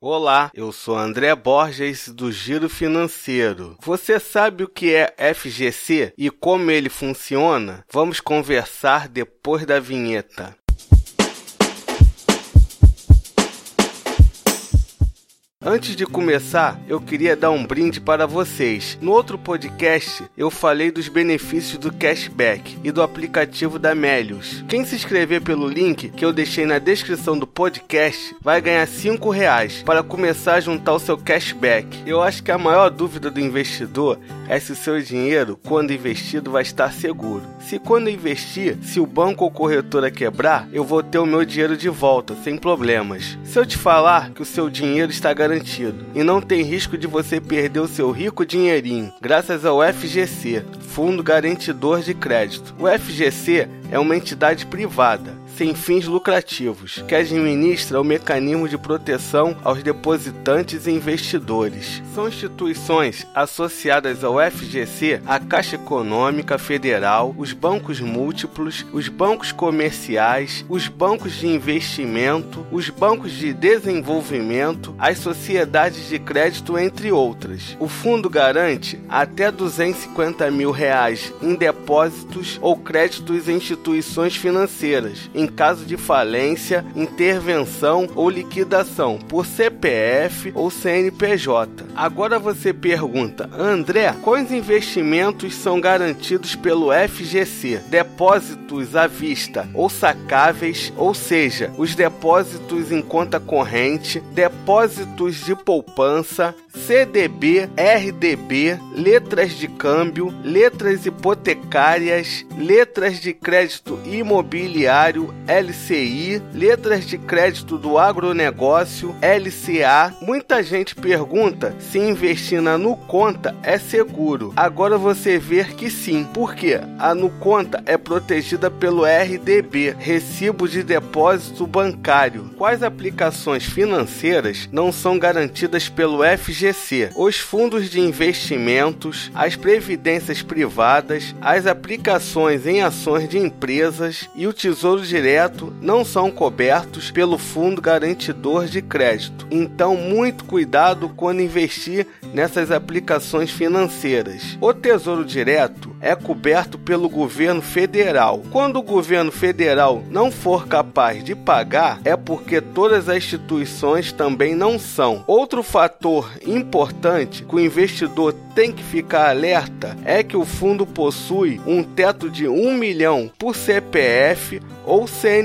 Olá, eu sou André Borges do Giro Financeiro. Você sabe o que é FGC e como ele funciona? Vamos conversar depois da vinheta. Antes de começar, eu queria dar um brinde para vocês. No outro podcast, eu falei dos benefícios do cashback e do aplicativo da Melius. Quem se inscrever pelo link que eu deixei na descrição do podcast vai ganhar R$5 para começar a juntar o seu cashback. Eu acho que a maior dúvida do investidor é se o seu dinheiro, quando investido, vai estar seguro. Se quando eu investir, se o banco ou corretora quebrar, eu vou ter o meu dinheiro de volta, sem problemas. Se eu te falar que o seu dinheiro está garantido e não tem risco de você perder o seu rico dinheirinho, graças ao FGC, Fundo Garantidor de Crédito. O FGC é uma entidade privada, sem fins lucrativos, que administra o mecanismo de proteção aos depositantes e investidores. São instituições associadas ao FGC, a Caixa Econômica Federal, os bancos múltiplos, os bancos comerciais, os bancos de investimento, os bancos de desenvolvimento, as sociedades de crédito, entre outras. O fundo garante até R$250 mil em depósitos ou créditos em instituições financeiras, em caso de falência, intervenção ou liquidação por CPF ou CNPJ. Agora você pergunta, André, quais investimentos são garantidos pelo FGC? Depósitos à vista ou sacáveis, ou seja, os depósitos em conta corrente, depósitos de poupança, CDB, RDB, letras de câmbio, letras hipotecárias, letras de crédito imobiliário, LCI, letras de crédito do agronegócio, LCA. Muita gente pergunta se investir na Nuconta é seguro. Agora você vê que sim. Por quê? A Nuconta é protegida pelo RDB, Recibo de Depósito Bancário. Quais aplicações financeiras não são garantidas pelo FGC? Os fundos de investimentos, as previdências privadas, as aplicações em ações de empresas e o Tesouro Direto não são cobertos pelo Fundo Garantidor de Crédito. Então, muito cuidado quando investir nessas aplicações financeiras. O Tesouro Direto é coberto pelo governo federal. Quando o governo federal não for capaz de pagar, é porque todas as instituições também não são. Outro fator importante que o investidor tem que ficar alerta é que o fundo possui um teto de R$1 milhão por CPF ou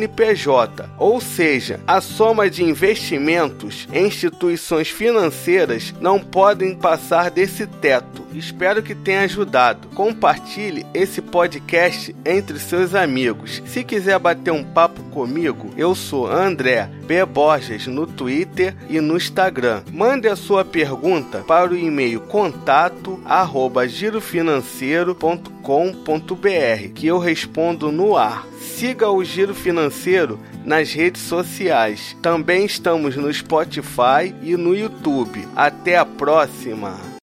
CNPJ, ou seja, a soma de investimentos em instituições financeiras não podem passar desse teto. Espero que tenha ajudado. Compartilhe esse podcast entre seus amigos. Se quiser bater um papo comigo, eu sou André B. Borges no Twitter e no Instagram. Mande a sua pergunta para o e-mail contato@girofinanceiro.com.br que eu respondo no ar. Siga o Giro Financeiro nas redes sociais. Também estamos no Spotify e no YouTube. Até a próxima!